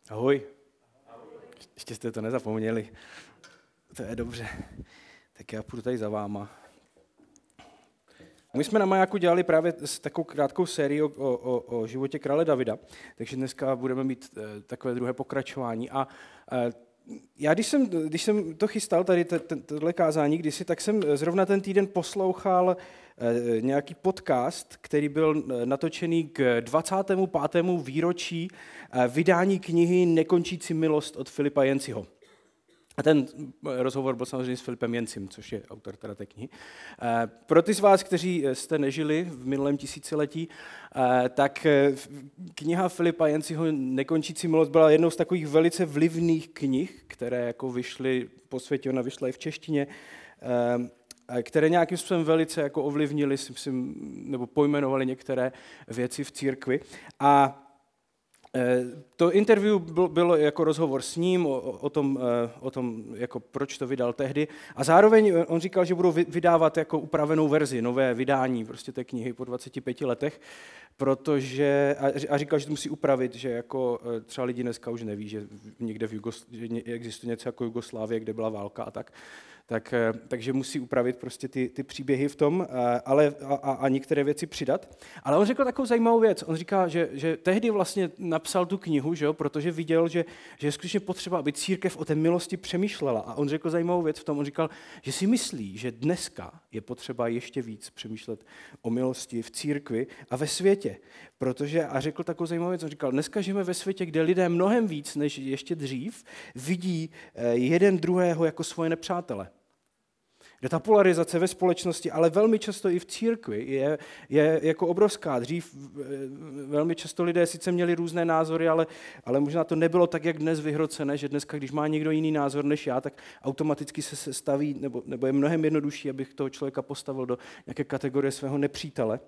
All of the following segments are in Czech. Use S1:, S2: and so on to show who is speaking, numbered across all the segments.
S1: Ahoj. Ještě jste to nezapomněli. To je dobře. Tak já půjdu tady za váma. My jsme na Majáku dělali právě takovou krátkou sérii o životě krále Davida, takže dneska budeme mít takové druhé pokračování. A já, když jsem to chystal, tady tohle kázání kdysi, tak jsem zrovna ten týden poslouchal nějaký podcast, který byl natočený k 25. výročí vydání knihy Nekončící milost od Filipa Yanceyho. A ten rozhovor byl samozřejmě s Filipem Yanceyem, což je autor teda té knihy. Pro ty z vás, kteří jste nežili v minulém tisíciletí, tak kniha Filipa Yanceyho Nekončící milost byla jednou z takových velice vlivných knih, které jako vyšly po světě, ona vyšla i v češtině, které nějakým způsobem velice jako ovlivnili, nebo pojmenovali některé věci v církvi. A to interview bylo jako rozhovor s ním o tom jako proč to vydal tehdy. A zároveň on říkal, že budou vydávat jako upravenou verzi, nové vydání prostě té knihy po 25 letech, protože, a říkal, že to musí upravit, že jako třeba lidi dneska už neví, že někde že existuje něco jako Jugoslávie, kde byla válka a tak. Takže musí upravit prostě ty příběhy v tom, a některé věci přidat. Ale on řekl takovou zajímavou věc. On říká, že tehdy vlastně napsal tu knihu, že jo, protože viděl, že je skutečně potřeba, aby církev o té milosti přemýšlela. A on řekl zajímavou věc v tom. On říkal, že si myslí, že dneska je potřeba ještě víc přemýšlet o milosti v církvi a ve světě. A řekl takovou zajímavou věc. On říkal, dneska žijeme ve světě, kde lidé mnohem víc než ještě dřív vidí jeden druhého jako svoje nepřátele. Kde ta polarizace ve společnosti, ale velmi často i v církvi je jako obrovská. Dřív velmi často lidé sice měli různé názory, ale možná to nebylo tak, jak dnes vyhrocené, že dneska, když má někdo jiný názor než já, tak automaticky se staví, nebo je mnohem jednodušší, abych toho člověka postavil do nějaké kategorie svého nepřítele.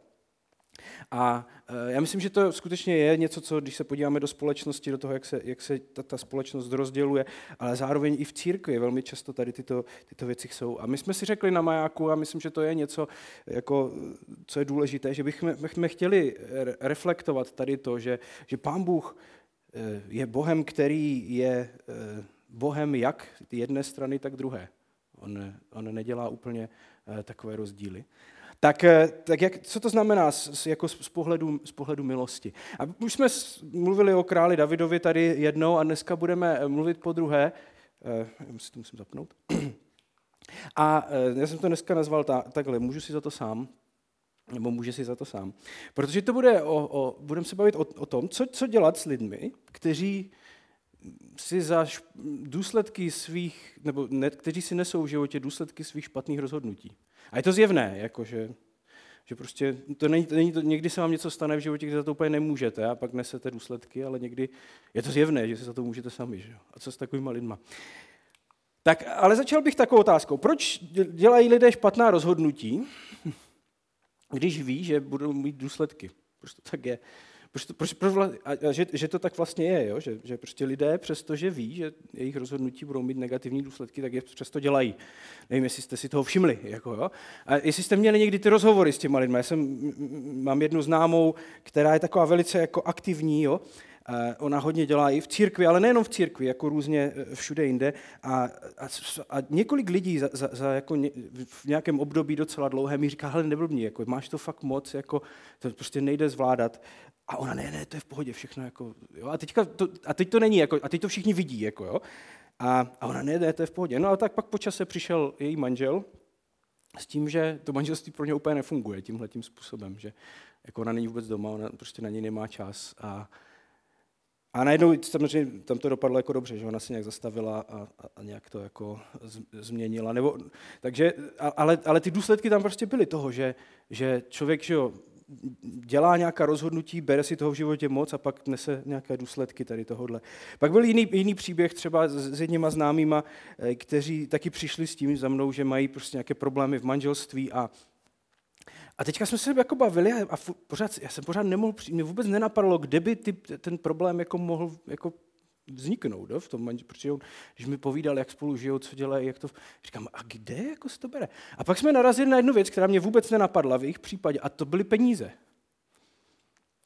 S1: A já myslím, že to skutečně je něco, co když se podíváme do společnosti, do toho, jak se ta společnost rozděluje, ale zároveň i v církvi velmi často tady tyto věci jsou. A my jsme si řekli na Majáku, a myslím, že to je něco, jako, co je důležité, že bychom chtěli reflektovat tady to, že Pán Bůh je Bohem, který je Bohem jak jedné strany, tak druhé. On nedělá úplně takové rozdíly. Tak co to znamená jako z pohledu milosti? A už jsme mluvili o králi Davidovi tady jednou a dneska budeme mluvit po druhé. Já si to musím zapnout. A já jsem to dneska nazval takhle, může si za to sám. Protože to bude budeme se bavit o tom, co dělat s lidmi, kteří si za důsledky svých, nebo ne, kteří si nesou v životě důsledky svých špatných rozhodnutí. A je to zjevné, jakože, že prostě to není to, někdy se vám něco stane v životě, kde za to úplně nemůžete a pak nesete důsledky, ale někdy je to zjevné, že se za to můžete sami. Že? A co s takovýma lidma? Tak, ale začal bych takovou otázkou. Proč dělají lidé špatná rozhodnutí, když ví, že budou mít důsledky? Proč to tak je? Že to tak vlastně je, jo? Že prostě lidé, přestože ví, že jejich rozhodnutí budou mít negativní důsledky, tak je přesto dělají. Nevím, jestli jste si toho všimli. Jako, jo? A jestli jste měli někdy ty rozhovory s těma lidmi. Mám jednu známou, která je taková velice jako aktivní, jo? Ona hodně dělá i v církvi, ale nejenom v církvi, jako různě všude jinde. A několik lidí za jako v nějakém období docela dlouhé mi říká, hele, neblbni, jako, máš to fakt moc, jako, to prostě nejde zvládat. A ona, ne, to je v pohodě, všechno, jako, jo. A teď to není, jako, a teď to všichni vidí, jako, jo. A ona, ne, to je v pohodě. No a tak pak po čase přišel její manžel s tím, že to manželství pro ně úplně nefunguje tímhletím způsobem, že jako ona není vůbec doma, ona prostě na něj nemá čas. A najednou samozřejmě tam to dopadlo jako dobře, že ona se nějak zastavila a nějak to jako změnila. Takže, ale ty důsledky tam prostě byly toho, že člověk, že jo, dělá nějaká rozhodnutí, bere si toho v životě moc a pak nese nějaké důsledky tady tohohle. Pak byl jiný příběh třeba s jedněma známýma, kteří taky přišli s tím za mnou, že mají prostě nějaké problémy v manželství a teďka jsme se jako bavili a já jsem pořád nemohl, mě vůbec nenapadlo, kde by ten problém jako mohl jako vzniknout, v tom manželství, protože když mi povídal, jak spolu žijou, co dělají, jak to, říkám, a kde jako se to bere? A pak jsme narazili na jednu věc, která mě vůbec nenapadla v jejich případě, a to byly peníze.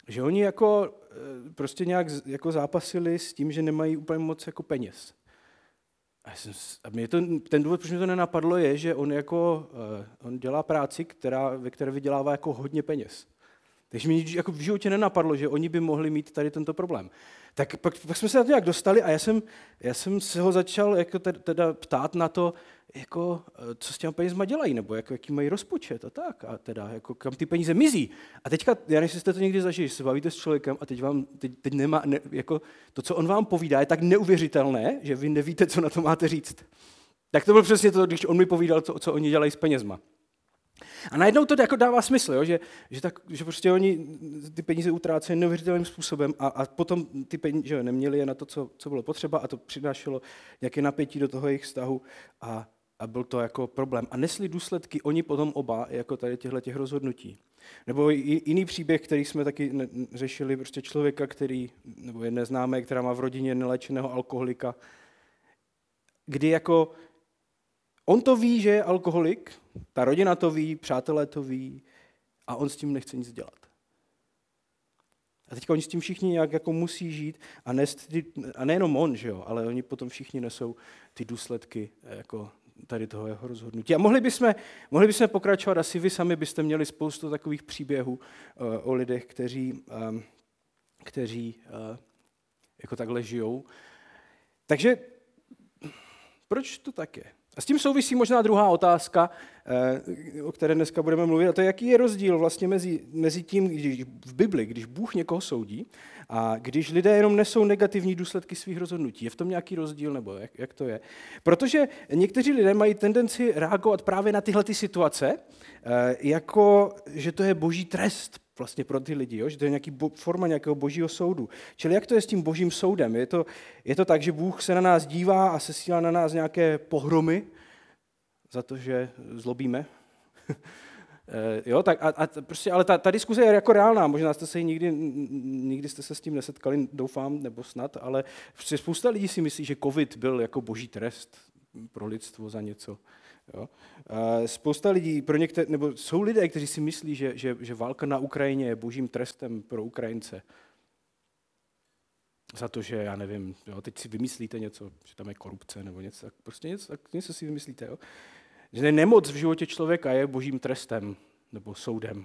S1: Že oni jako prostě nějak jako zápasili s tím, že nemají úplně moc jako peněz. A mě ten důvod, proč mi to nenapadlo, je, že on dělá práci, ve které vydělává jako hodně peněz. Takže mi jako v životě nenapadlo, že oni by mohli mít tady tento problém. Tak pak jsme se na to nějak dostali a já jsem se ho začal jako teda ptát na to, jako, co s těmi penězma dělají, nebo jaký mají rozpočet a tak, a teda, jako, kam ty peníze mizí. A teďka, já nevím, jestli jste to někdy zažili, že se bavíte s člověkem a teď nemá, jako, to, co on vám povídá, je tak neuvěřitelné, že vy nevíte, co na to máte říct. Tak to bylo přesně to, když on mi povídal, co oni dělají s penězma. A najednou to jako dává smysl, jo? Že prostě oni ty peníze utrácejí neuvěřitelným způsobem a potom ty peníze že neměli je na to, co bylo potřeba a to přinášelo nějaké napětí do toho jejich vztahu a byl to jako problém. A nesli důsledky oni potom oba jako tady těch rozhodnutí. Nebo jiný příběh, který jsme taky řešili, prostě člověka, nebo jedné známé, která má v rodině neléčeného alkoholika, kdy jako on to ví, že je alkoholik, ta rodina to ví, přátelé to ví a on s tím nechce nic dělat. A teďka oni s tím všichni nějak jako musí žít a nejenom on, že jo, ale oni potom všichni nesou ty důsledky jako tady toho jeho rozhodnutí. A mohli bychom pokračovat, asi vy sami byste měli spoustu takových příběhů o lidech, kteří jako takhle žijou. Takže proč to tak je? A s tím souvisí možná druhá otázka, o které dneska budeme mluvit, a to je, jaký je rozdíl vlastně mezi tím, když v Bibli, když Bůh někoho soudí a když lidé jenom nesou negativní důsledky svých rozhodnutí. Je v tom nějaký rozdíl, nebo jak to je? Protože někteří lidé mají tendenci reagovat právě na tyhle ty situace, jako že to je boží trest vlastně pro ty lidi, jo? Že to je forma nějakého božího soudu. Čili jak to je s tím božím soudem? Je to tak, že Bůh se na nás dívá a sesílá na nás nějaké pohromy za to, že zlobíme? Jo, tak prostě, ale ta diskuze je jako reálná, možná jste se nikdy jste se s tím nesetkali, doufám, nebo snad, ale spousta lidí si myslí, že covid byl jako boží trest pro lidstvo za něco. Jo. Spousta lidí, nebo jsou lidé, kteří si myslí, že válka na Ukrajině je božím trestem pro Ukrajince. Za to, že, já nevím, jo, teď si vymyslíte něco, že tam je korupce nebo něco, prostě něco si vymyslíte. Jo. Že nemoc v životě člověka je božím trestem nebo soudem.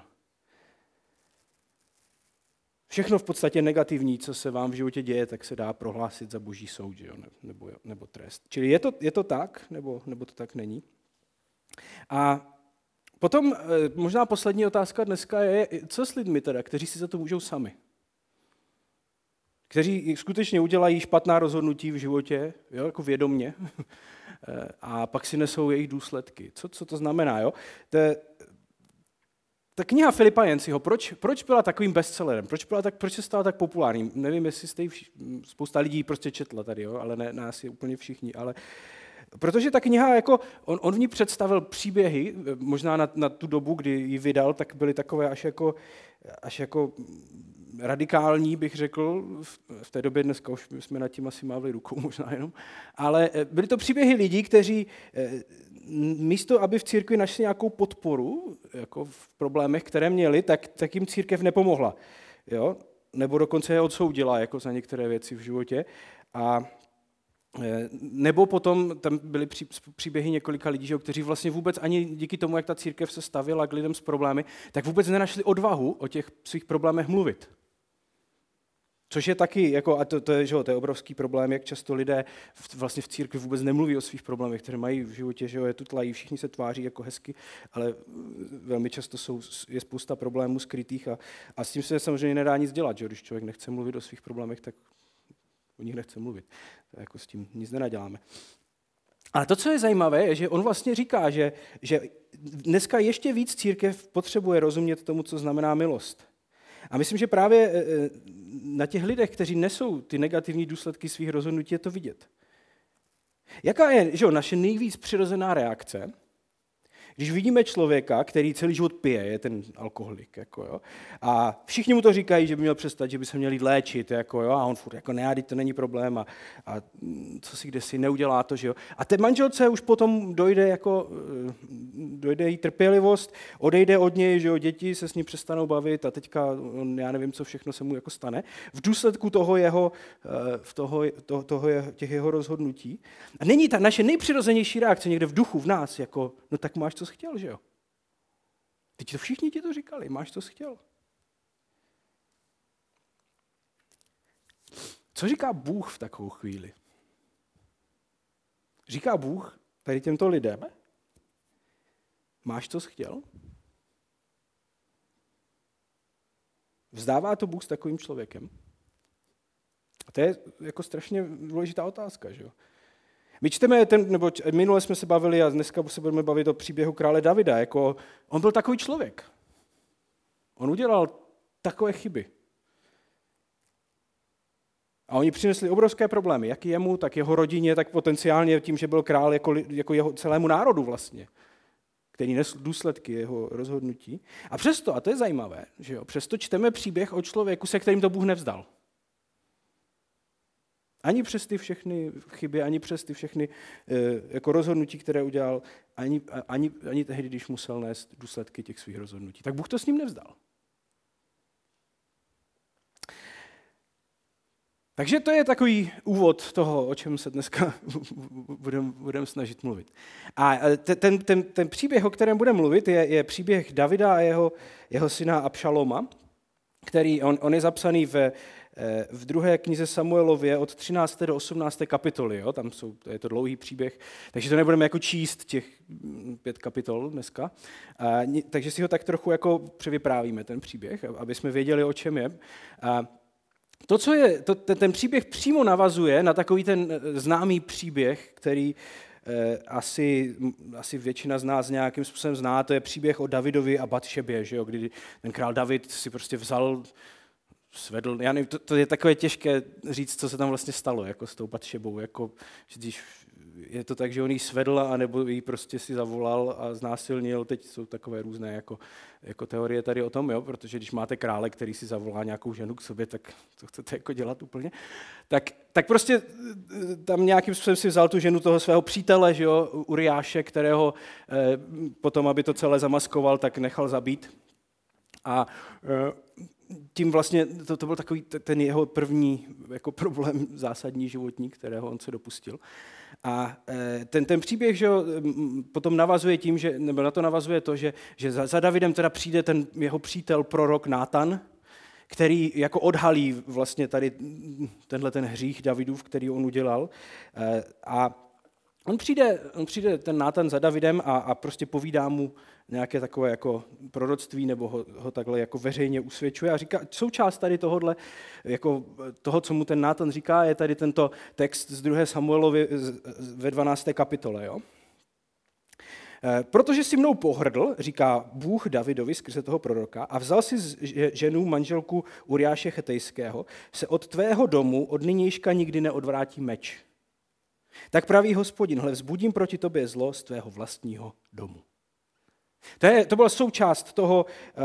S1: Všechno v podstatě negativní, co se vám v životě děje, tak se dá prohlásit za boží soud, jo, nebo trest. Čili je to tak, nebo to tak není? A potom možná poslední otázka dneska je, co s lidmi teda, kteří si za to můžou sami? Kteří skutečně udělají špatná rozhodnutí v životě, jo, jako vědomně, a pak si nesou jejich důsledky. Co to znamená? Jo? Ta kniha Filipa Yanceyho, proč byla takovým bestsellerem? Proč se stala tak populární? Nevím, jestli jste spousta lidí prostě četla tady, jo? Ale ne asi úplně všichni, ale protože ta kniha, jako, on v ní představil příběhy, možná na tu dobu, kdy ji vydal, tak byly takové až jako radikální, bych řekl, v té době dneska už jsme nad tím asi mávli rukou možná jenom, ale byly to příběhy lidí, kteří místo, aby v církvi našli nějakou podporu jako v problémech, které měli, tak jim církev nepomohla. Jo? Nebo dokonce je odsoudila jako za některé věci v životě. Nebo potom tam byly příběhy několika lidí, kteří vlastně vůbec ani díky tomu, jak ta církev se stavěla k lidem s problémy, tak vůbec nenašli odvahu o těch svých problémech mluvit. Což je taky, jako, a to je obrovský problém, jak často lidé vlastně v církvi vůbec nemluví o svých problémech, které mají v životě, že je tutlají, všichni se tváří jako hezky, ale velmi často je spousta problémů skrytých a s tím se samozřejmě nedá nic dělat, že když člověk nechce mluvit o svých problémech, tak o nich nechce mluvit. Jako s tím nic nenaděláme. Ale to, co je zajímavé, je, že on vlastně říká, že dneska ještě víc církev potřebuje rozumět tomu, co znamená milost. A myslím, že právě na těch lidech, kteří nesou ty negativní důsledky svých rozhodnutí, je to vidět. Jaká je naše nejvíc přirozená reakce, Když vidíme člověka, který celý život pije, je ten alkoholik, jako jo, a všichni mu to říkají, že by měl přestat, že by se měl jít léčit, jako jo, a on furt jako ne, to není problém a co si kdesi neudělá to, že jo. A té manželce už potom dojde jí trpělivost, odejde od něj, že jo, děti se s ním přestanou bavit a teďka já nevím, co všechno se mu jako stane. V důsledku těch jeho rozhodnutí. A není ta naše nejpřirozenější reakce někde v duchu, v nás, jako, no tak máš, co jsi chtěl, že jo? Teď to všichni ti to říkali, máš, co jsi chtěl. Co říká Bůh v takovou chvíli? Říká Bůh tady těmto lidem, máš, co jsi chtěl? Vzdává to Bůh s takovým člověkem? A to je jako strašně důležitá otázka, že jo? My čteme, minule jsme se bavili a dneska se budeme bavit o příběhu krále Davida, jako on byl takový člověk. On udělal takové chyby. A oni přinesli obrovské problémy, jak jemu, tak jeho rodině, tak potenciálně tím, že byl král jako jeho celému národu vlastně, který nesl důsledky jeho rozhodnutí. A přesto, a to je zajímavé, že jo, přesto čteme příběh o člověku, se kterým to Bůh nevzdal. Ani přes ty všechny chyby, ani přes ty všechny jako rozhodnutí, které udělal, ani tehdy, když musel nést důsledky těch svých rozhodnutí. Tak Bůh to s ním nevzdal. Takže to je takový úvod toho, o čem se dneska budeme snažit mluvit. A ten příběh, o kterém budeme mluvit, je příběh Davida a jeho syna Abšaloma, který on je zapsaný v 2. knize Samuelově od 13. do 18. kapitoly. Jo? Je to dlouhý příběh, takže to nebudeme jako číst těch 5 kapitol dneska. Takže si ho tak trochu jako převyprávíme, ten příběh, aby jsme věděli, o čem je. Ten příběh přímo navazuje na takový ten známý příběh, který asi většina z nás nějakým způsobem zná, to je příběh o Davidovi a Batšebě, že jo? Kdy ten král David si prostě svedl, já nevím, to je takové těžké říct, co se tam vlastně stalo jako s tou Batšebou, jako, když je to tak, že on jí svedl, anebo jí prostě si zavolal a znásilnil, teď jsou takové různé jako teorie tady o tom, jo? Protože když máte krále, který si zavolá nějakou ženu k sobě, tak to chcete jako dělat úplně, tak prostě tam nějakým způsobem si vzal tu ženu toho svého přítele, že jo, Uriáše, kterého potom, aby to celé zamaskoval, tak nechal zabít. A tím vlastně to byl takový ten jeho první jako problém zásadní životní, kterého on se dopustil. A ten příběh, že potom navazuje tím, nebo na to navazuje to, že za Davidem teda přijde ten jeho přítel prorok Nátan, který jako odhalí vlastně tady ten hřích Davidův, který on udělal. A on přijde ten Nátan za Davidem a prostě povídá mu nějaké takové jako proroctví, nebo ho takhle jako veřejně usvědčuje a říká, součást tady tohohle, jako toho, co mu ten Nátan říká, je tady tento text z 2. Samuelovy ve 12. kapitole. Jo? Protože si mnou pohrdl, říká Bůh Davidovi skrze toho proroka, a vzal si ženu, manželku Uriáše Chetejského, se od tvého domu od nynějška nikdy neodvrátí meč. Tak praví Hospodin, hle, vzbudím proti tobě zlo z tvého vlastního domu. To byla součást toho,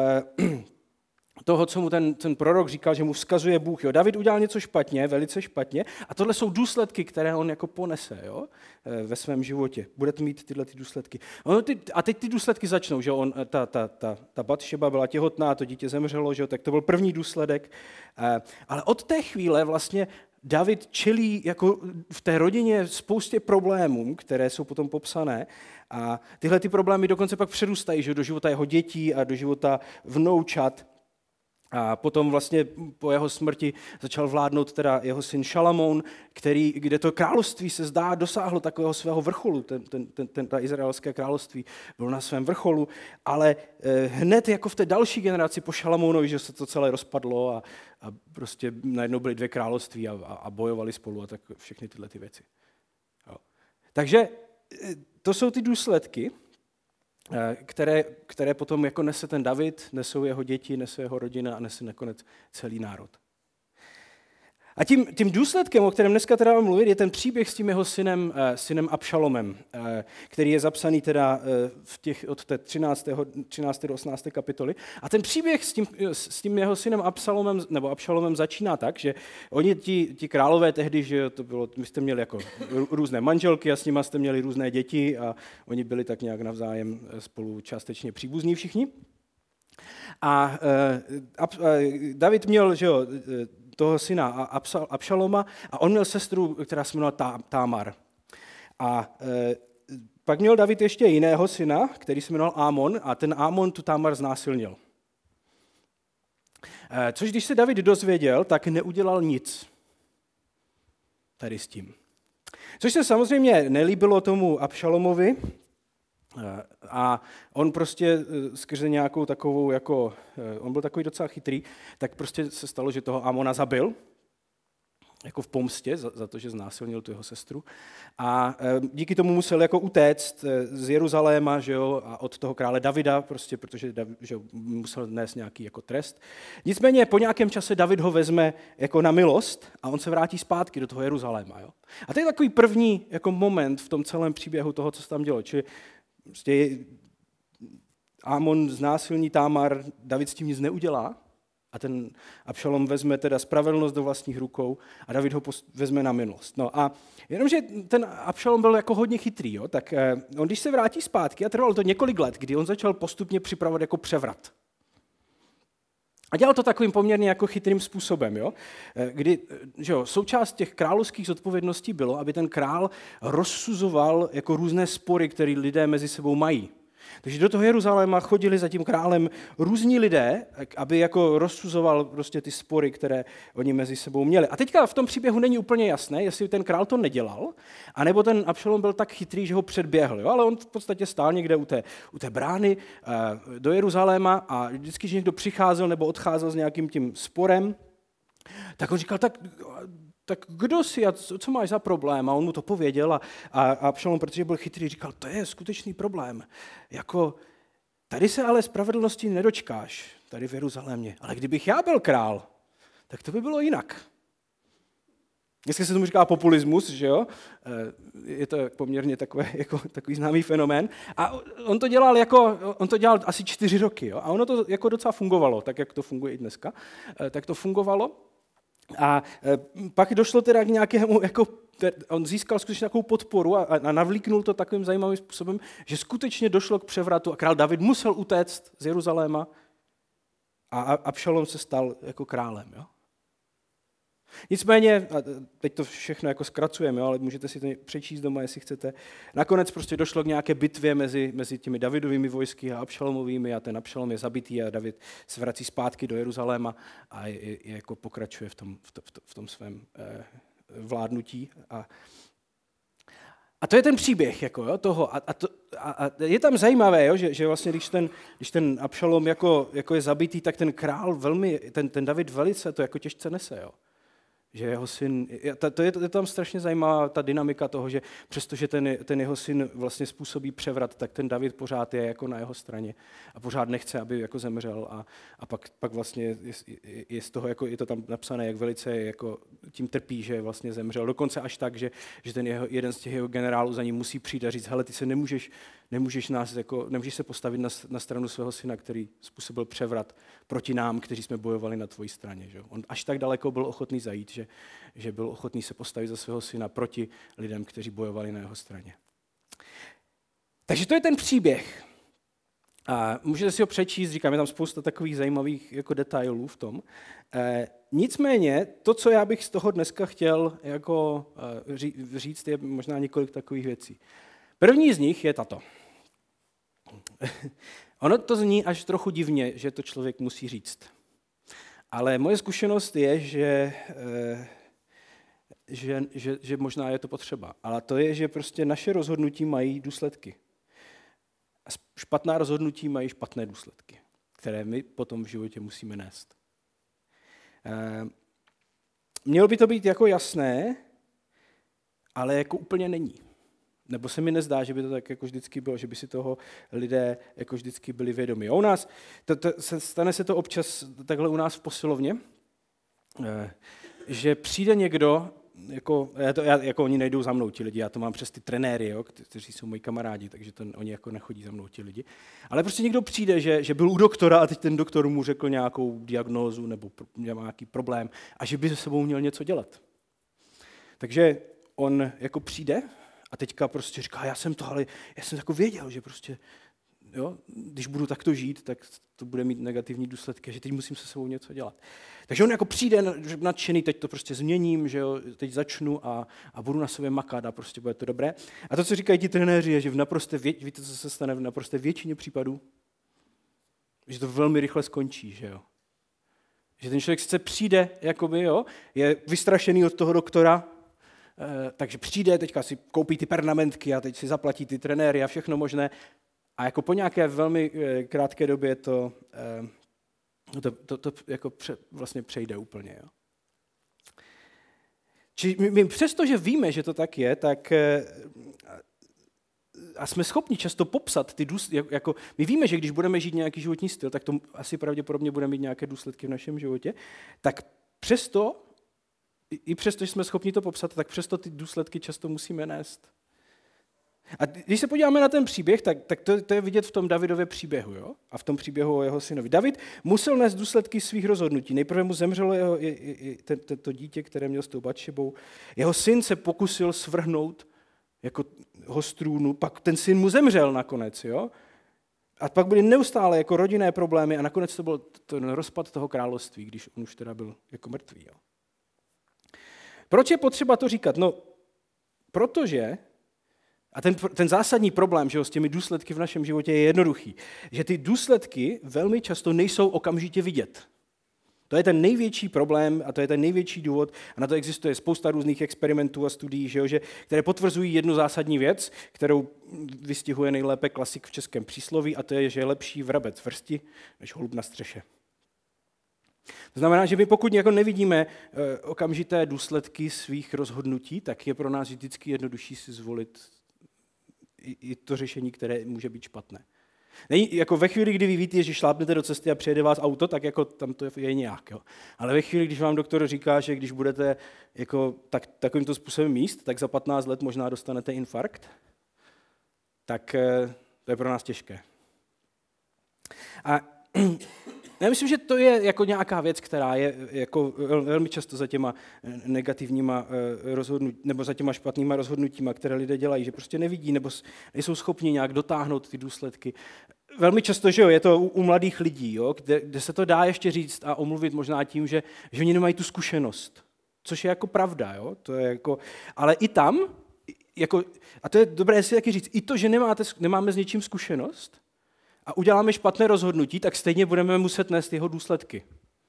S1: co mu ten prorok říkal, že mu vzkazuje Bůh. Jo, David udělal něco špatně, velice špatně, a tohle jsou důsledky, které on jako ponese, jo, ve svém životě. Budete mít tyhle důsledky. A teď ty důsledky začnou, že ta Batšeba byla těhotná, to dítě zemřelo, že jo, tak to byl první důsledek. Ale od té chvíle vlastně David čelí jako v té rodině spoustě problémů, které jsou potom popsané, a tyhle ty problémy dokonce pak přerůstají, že do života jeho dětí a do života vnoučat. A potom vlastně po jeho smrti začal vládnout teda jeho syn Šalamoun, kde to království se zdá dosáhlo takového svého vrcholu, ta izraelské království bylo na svém vrcholu, ale hned jako v té další generaci po Šalamounovi, že se to celé rozpadlo a prostě najednou byly 2 království a bojovali spolu a tak všechny tyhle ty věci. Jo. Takže to jsou ty důsledky, které potom jako nese ten David, nesou jeho děti, nese jeho rodina a nese nakonec celý národ. A tím důsledkem, o kterém dneska teda mám mluvit, je ten příběh s tím jeho synem Abšalomem, který je zapsaný teda od té 13. do 18. kapitoly. A ten příběh s tím jeho synem Abšalomem začíná tak, že oni ti králové tehdy, že to bylo, my jste měli jako různé manželky a s nimi jste měli různé děti a oni byli tak nějak navzájem spolu částečně příbuzní všichni. A David měl, že jo, toho syna Abšaloma a on měl sestru, která se jmenovala Támar. A pak měl David ještě jiného syna, který se jmenoval Ámon a ten Ámon tu Támar znásilnil. Což když se David dozvěděl, tak neudělal nic tady s tím. Což se samozřejmě nelíbilo tomu Abšalomovi, a on prostě skrze nějakou takovou, jako, on byl takový docela chytrý, tak prostě se stalo, že toho Amona zabil, jako v pomstě za to, že znásilnil tu jeho sestru. A díky tomu musel jako utéct z Jeruzaléma, že jo, a od toho krále Davida, prostě, protože že jo, musel nést nějaký jako trest. Nicméně po nějakém čase David ho vezme jako na milost a on se vrátí zpátky do toho Jeruzaléma. Jo. A to je takový první jako moment v tom celém příběhu toho, co se tam dělo. Čili prostě Ámon znásilní Támar, David s tím nic neudělá a ten Abšalom vezme teda spravedlnost do vlastních rukou a David ho vezme na milost. No a jenomže ten Abšalom byl jako hodně chytrý, jo, tak on když se vrátí zpátky, a trvalo to několik let, kdy on začal postupně připravovat jako převrat. A dělal to takovým poměrně jako chytrým způsobem, jo? Kdy že jo, součást těch královských zodpovědností bylo, aby ten král rozsuzoval jako různé spory, které lidé mezi sebou mají. Takže do toho Jeruzaléma chodili za tím králem různí lidé, aby jako rozsuzoval prostě ty spory, které oni mezi sebou měli. A teďka v tom příběhu není úplně jasné, jestli ten král to nedělal, anebo ten Abšalom byl tak chytrý, že ho předběhl. Jo? Ale on v podstatě stál někde u té brány do Jeruzaléma a vždycky, když někdo přicházel nebo odcházel s nějakým tím sporem, tak on říkal, tak kdo jsi a co máš za problém? A on mu to pověděl a Abšalom, protože byl chytrý, říkal, to je skutečný problém. Jako, tady se ale spravedlnosti nedočkáš, tady v Jeruzalémě. Ale kdybych já byl král, tak to by bylo jinak. Dneska se tomu říká populismus, že jo? Je to poměrně takový známý fenomén. A on to dělal asi 4 roky, jo? A ono to jako docela fungovalo, tak jak to funguje i dneska. Tak to fungovalo. A pak došlo teda k nějakému, jako, on získal skutečně takovou podporu a navlíknul to takovým zajímavým způsobem, že skutečně došlo k převratu a král David musel utéct z Jeruzaléma a Abšalom se stal jako králem. Jo? Nicméně, a teď to všechno jako zkracujeme, jo, ale můžete si to přečíst doma, jestli chcete. Nakonec prostě došlo k nějaké bitvě mezi těmi Davidovými vojsky a Abšalomovými a ten Abšalom je zabitý a David se vrací zpátky do Jeruzaléma a jako pokračuje v tom svém vládnutí. A to je ten příběh jako, jo, toho. A je tam zajímavé, jo, že vlastně když ten Abšalom jako je zabitý, tak ten král ten David velice to jako těžce nese. Jo. Že jeho syn, je tam strašně zajímavá ta dynamika toho, že přestože ten jeho syn vlastně způsobí převrat, tak ten David pořád je jako na jeho straně a pořád nechce, aby jako zemřel a pak vlastně je z toho, jako je to tam napsané, jak velice jako tím trpí, že vlastně zemřel. Dokonce až tak, že jeden z těch jeho generálů za ním musí přijít a říct, hele, ty se nemůžeš se postavit na stranu svého syna, který způsobil převrat proti nám, kteří jsme bojovali na tvojí straně. Že? On až tak daleko byl ochotný zajít, že byl ochotný se postavit za svého syna proti lidem, kteří bojovali na jeho straně. Takže to je ten příběh. A můžete si ho přečíst, říkám, je tam spousta takových zajímavých jako detailů v tom. Nicméně, to, co já bych z toho dneska chtěl jako říct, je možná několik takových věcí. První z nich je tato. Ono to zní až trochu divně, že to člověk musí říct. Ale moje zkušenost je, že možná je to potřeba. Ale to je, že prostě naše rozhodnutí mají důsledky. A špatná rozhodnutí mají špatné důsledky, které my potom v životě musíme nést. Mělo by to být jako jasné, ale jako úplně není. Nebo se mi nezdá, že by to tak jako vždycky bylo, že by si toho lidé jako vždycky byli vědomi. A u nás, stane se to občas takhle u nás v posilovně. že přijde někdo, jako oni nejdou za mnou ti lidi, já to mám přes ty trenéry, jo, kteří jsou moji kamarádi, takže oni jako nechodí za mnou ti lidi. Ale prostě někdo přijde, že byl u doktora a teď ten doktor mu řekl nějakou diagnózu nebo nějaký problém a že by se sebou měl něco dělat. Takže on jako přijde a teďka prostě říká, já jsem jako věděl, že prostě, jo, když budu takto žít, tak to bude mít negativní důsledky, že teď musím se sebou něco dělat. Takže on jako přijde nadšený, teď to prostě změním, že jo, teď začnu a budu na sobě makat a prostě bude to dobré. A to, co říkají ti trenéři, je, že víte, co se stane v naprosté většině případů? Že to velmi rychle skončí, že jo. Že ten člověk sice přijde, jakoby, jo, je vystrašený od toho doktora, takže přijde, teďka si koupí ty pernamentky a teď si zaplatí ty trenéry a všechno možné. A jako po nějaké velmi krátké době to jako vlastně přejde úplně. Jo. Čiže my přesto, že víme, že to tak je, tak a jsme schopni často popsat ty důsledky, jako my víme, že když budeme žít nějaký životní styl, tak to asi pravděpodobně bude mít nějaké důsledky v našem životě, tak přesto, i přesto, že jsme schopni to popsat, tak přesto ty důsledky často musíme nést. A když se podíváme na ten příběh, tak to je vidět v tom Davidově příběhu, jo? A v tom příběhu o jeho synovi. David musel nést důsledky svých rozhodnutí. Nejprve mu zemřelo to dítě, které měl s tou Batšebou. Jeho syn se pokusil svrhnout jako ho z trůnu, pak ten syn mu zemřel nakonec, jo? A pak byly neustále jako rodinné problémy a nakonec to byl ten rozpad toho království, když on už teda byl jako mrtvý. Jo? Proč je potřeba to říkat? No, protože a ten zásadní problém, že jo, s těmi důsledky v našem životě je jednoduchý. Že ty důsledky velmi často nejsou okamžitě vidět. To je ten největší problém a to je ten největší důvod. A na to existuje spousta různých experimentů a studií, že jo, které potvrzují jednu zásadní věc, kterou vystihuje nejlépe klasik v českém přísloví, a to je, že je lepší vrabec v hrsti, než holub na střeše. To znamená, že my pokud jako nevidíme okamžité důsledky svých rozhodnutí, tak je pro nás vždycky jednodušší si zvolit i to řešení, které může být špatné. Jako ve chvíli, kdy vy víte, že šlápnete do cesty a přijede vás auto, tak jako tam to je nějak. Jo. Ale ve chvíli, když vám doktor říká, že když budete jako takovýmto způsobem jíst, tak za 15 let možná dostanete infarkt, tak to je pro nás těžké. A já myslím, že to je jako nějaká věc, která je jako velmi často za těma negativníma nebo za těma špatnýma rozhodnutíma, které lidé dělají, že prostě nevidí nebo nejsou schopni nějak dotáhnout ty důsledky. Velmi často, že jo, je to u mladých lidí, jo, kde se to dá ještě říct a omluvit možná tím, že oni nemají tu zkušenost, což je jako pravda, jo, to je jako, ale i tam, jako, a to je dobré si taky říct, i to, že nemáme s něčím zkušenost, a uděláme špatné rozhodnutí, tak stejně budeme muset nést jeho důsledky.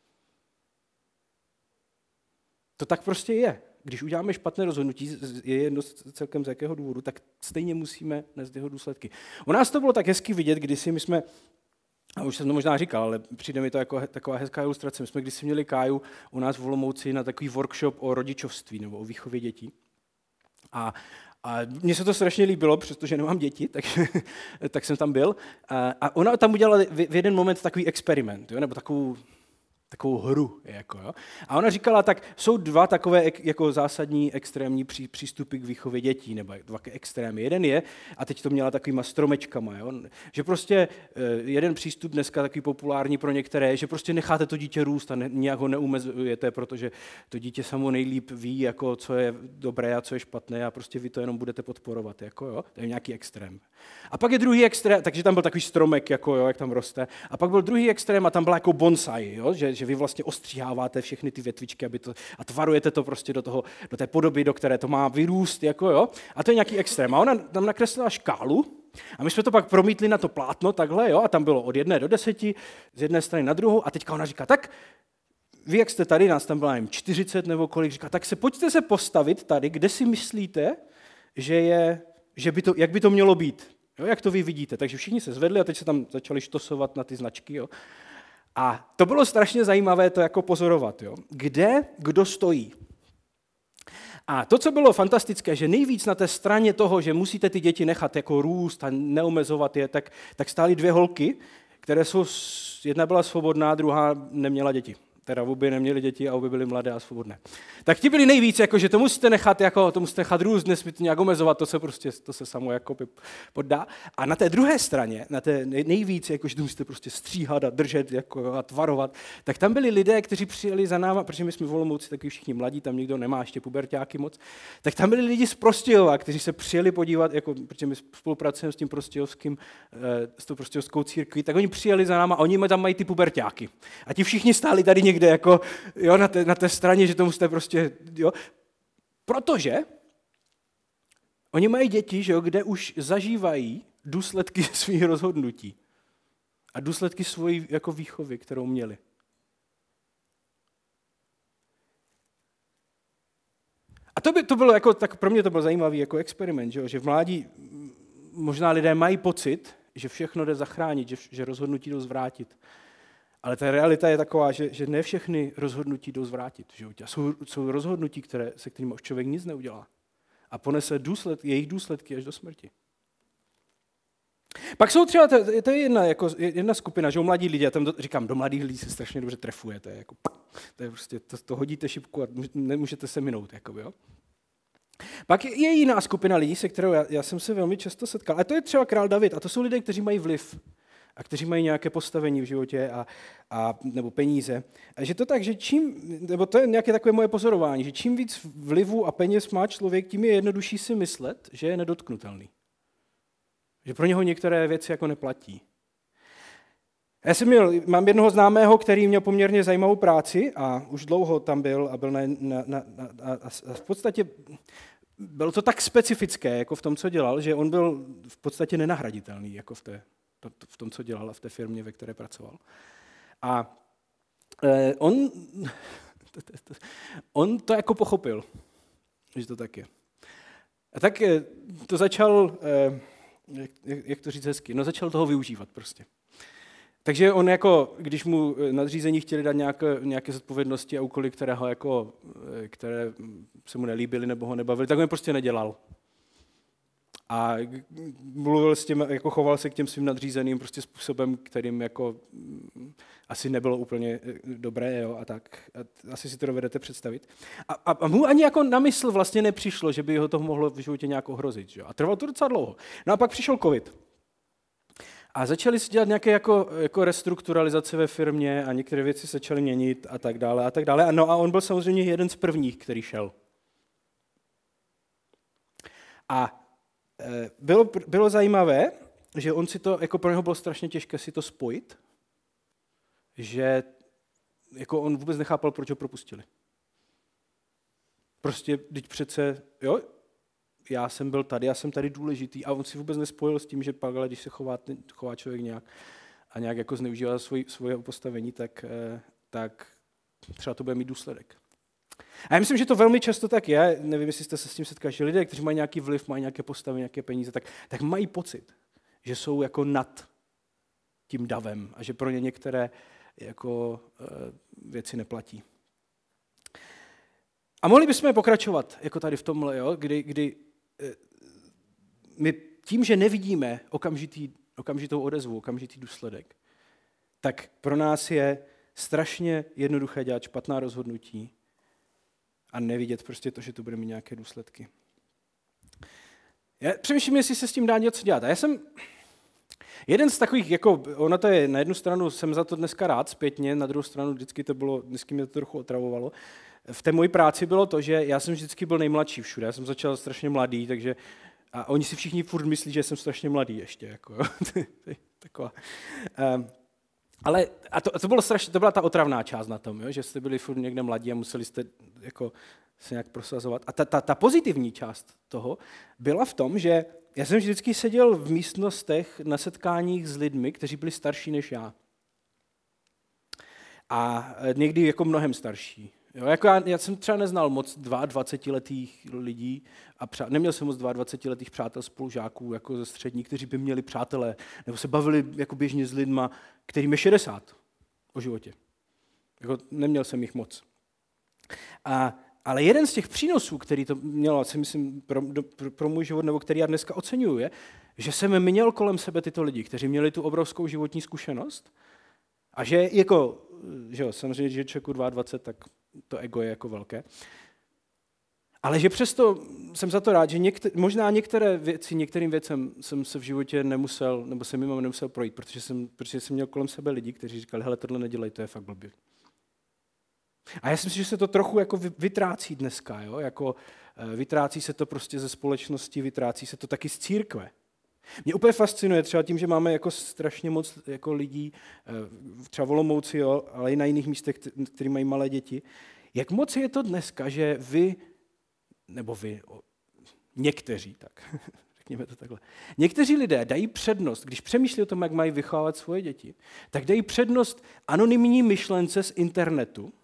S1: To tak prostě je. Když uděláme špatné rozhodnutí, je jedno celkem z jakého důvodu, tak stejně musíme nést jeho důsledky. U nás to bylo tak hezky vidět, když my jsme, a už jsem to možná říkal, ale přijde mi to jako taková hezká ilustrace, my jsme kdysi měli Káju u nás v Olomouci na takový workshop o rodičovství nebo o výchově dětí. A mně se to strašně líbilo, přestože nemám děti, tak jsem tam byl. A ona tam udělala v jeden moment takový experiment, jo, nebo takovou hru. Jako, jo. A ona říkala, tak jsou dva takové jako zásadní extrémní přístupy k výchově dětí, nebo dva extrémy. Jeden je, a teď to měla takovýma stromečkama, jo, že prostě jeden přístup dneska takový populární pro některé je, že prostě necháte to dítě růst a nějak ho neumezujete, protože to dítě samo nejlíp ví, jako, co je dobré a co je špatné a prostě vy to jenom budete podporovat. Jako, jo. To je nějaký extrém. A pak je druhý extrém, takže tam byl takový stromek, jako, jo, jak tam roste. A pak byl druhý extrém a tam byla jako bonsai, jo, že vy vlastně ostříháváte všechny ty větvičky a tvarujete to prostě do té podoby, do které to má vyrůst. Jako, jo. A to je nějaký extrém. A ona tam nakreslila škálu a my jsme to pak promítli na to plátno takhle, jo, a tam bylo od 1 do 10, z jedné strany na druhou a teďka ona říká, tak vy, jak jste tady, nás tam byla jim 40 nebo kolik, říká, tak pojďte se postavit tady, kde si myslíte, jak by to mělo být. Jo, jak to vy vidíte. Takže všichni se zvedli a teď se tam začali štosovat na ty značky. Jo. A to bylo strašně zajímavé to jako pozorovat. Jo. Kde kdo stojí. A to, co bylo fantastické, že nejvíc na té straně toho, že musíte ty děti nechat jako růst a neomezovat je, tak stály dvě holky, které jedna byla svobodná, druhá neměla děti. teda obě neměli děti a obě byly mladé a svobodné. Tak ti byli nejvíc, jako, že to musíte nechat růst, nesmíte to nějak omezovat, to se samo jako poddá. A na té druhé straně, na té nejvíc, jako, že to musíte prostě stříhat a držet jako, a tvarovat, tak tam byli lidé, kteří přijeli za náma, protože my jsme v Olomouci taky všichni mladí, tam nikdo nemá ještě puberťáky moc, tak tam byli lidi z Prostějova, kteří se přijeli podívat, jako, protože my spolupracujeme s tím s tou prostějovskou církví, tak oni přijeli za náma a oni tam mají ty puberťáky. A ti všichni stáli tady někde jako, jo, na té straně, že to musíte prostě, jo. Protože oni mají děti, že jo, kde už zažívají důsledky svých rozhodnutí a důsledky svojí jako výchovy, kterou měli. A to bylo jako, tak pro mě to byl zajímavý jako experiment, že v mládí možná lidé mají pocit, že všechno jde zachránit, že rozhodnutí jdou zvrátit. Ale ta realita je taková, že ne všechny rozhodnutí jdou zvrátit v životě. Jsou rozhodnutí, se kterými už člověk nic neudělá. A ponese jejich důsledky až do smrti. Pak jsou třeba, to je jedna skupina, že mladí lidi, já tam říkám, do mladých lidí se strašně dobře trefuje, to je prostě, to hodíte šipku a nemůžete se minout, jako, jo. Pak je jiná skupina lidí, se kterou já jsem se velmi často setkal, a to je třeba král David, a to jsou lidé, kteří mají vliv a kteří mají nějaké postavení v životě nebo peníze. A že to tak, že nebo to je nějaké takové moje pozorování, že čím víc vlivu a peněz má člověk, tím je jednodušší si myslet, že je nedotknutelný. Že pro něho některé věci jako neplatí. Mám jednoho známého, který měl poměrně zajímavou práci a už dlouho tam byl a byl a v podstatě bylo to tak specifické jako v tom, co dělal, že on byl v podstatě nenahraditelný jako v tom, co dělal a v té firmě, ve které pracoval. A on to jako pochopil, že to tak je. A tak to začal, jak to říct hezky, začal toho využívat prostě. Takže on jako, když mu nadřízení chtěli dát nějaké zodpovědnosti a úkoly, které se mu nelíbily nebo ho nebavily, tak on je prostě nedělal. A mluvil s těm, jako choval se k těm svým nadřízeným prostě způsobem, kterým jako asi nebylo úplně dobré, jo, a tak. Asi si to dovedete představit. A mu ani jako na mysl vlastně nepřišlo, že by ho to mohlo v životě nějak ohrozit, jo. A trvalo to docela dlouho. No a pak přišel covid. A začali se dělat nějaké jako restrukturalizace ve firmě a některé věci se začaly měnit a tak dále a tak dále. A on byl samozřejmě jeden z prvních, který šel. A bylo zajímavé, že on si to, jako pro něho bylo strašně těžké si to spojit, že jako on vůbec nechápal, proč ho propustili. Prostě, teď přece, jo, já jsem byl tady, já jsem tady důležitý a on si vůbec nespojil s tím, že pak, ale když se chová člověk nějak jako zneužívá svoje postavení, tak třeba to bude mít důsledek. A já myslím, že to velmi často tak je, nevím, jestli jste se s tím setkali, že lidé, kteří mají nějaký vliv, mají nějaké postavy, nějaké peníze, tak mají pocit, že jsou jako nad tím davem a že pro ně některé jako věci neplatí. A mohli bychom pokračovat jako tady v tomhle, jo, kdy my tím, že nevidíme okamžitou odezvu, okamžitý důsledek, tak pro nás je strašně jednoduché dělat špatná rozhodnutí a nevidět prostě to, že to bude mít nějaké důsledky. Já přemýšlím, jestli se s tím dá něco dělat. A já jsem jeden z takových, jako ono to je, na jednu stranu jsem za to dneska rád zpětně, na druhou stranu vždycky mě to trochu otravovalo. V té mojí práci bylo to, že já jsem vždycky byl nejmladší všude. Já jsem začal strašně mladý, takže a oni si všichni furt myslí, že jsem strašně mladý ještě. Jako, taková. Ale to byla ta otravná část na tom, jo, že jste byli furt někde mladí a museli jste jako se nějak prosazovat. A ta pozitivní část toho byla v tom, že já jsem vždycky seděl v místnostech na setkáních s lidmi, kteří byli starší než já. A někdy jako mnohem starší. Jo, jako já jsem třeba neznal moc 22letých lidí a neměl jsem moc 22letých přátel spolužáků jako ze střední, kteří by měli přátelé, nebo se bavili jako běžně s lidma, kterým je 60 o životě. Jako neměl jsem jich moc. Ale jeden z těch přínosů, který to mělo, si myslím, pro můj život, nebo který já dneska oceňuju, je, že jsem měl kolem sebe tyto lidi, kteří měli tu obrovskou životní zkušenost a že jako že jo, samozřejmě, že člověku 22, tak to ego je jako velké. Ale že přesto jsem za to rád, že možná některým věcem jsem se v životě nemusel, nebo jsem mimo nemusel projít, protože jsem měl kolem sebe lidi, kteří říkali, hele, tohle nedělej, to je fakt blbě. A já si myslím, že se to trochu jako vytrácí dneska, jo? Jako, vytrácí se to prostě ze společnosti, vytrácí se to taky z církve. Mě úplně fascinuje třeba tím, že máme jako strašně moc jako lidí, třeba v Olomouci, jo, ale i na jiných místech, kteří mají malé děti. Jak moc je to dneska, že někteří, tak řekněme to takhle, někteří lidé dají přednost, když přemýšlí o tom, jak mají vychovávat svoje děti, tak dají přednost anonymní myšlence z internetu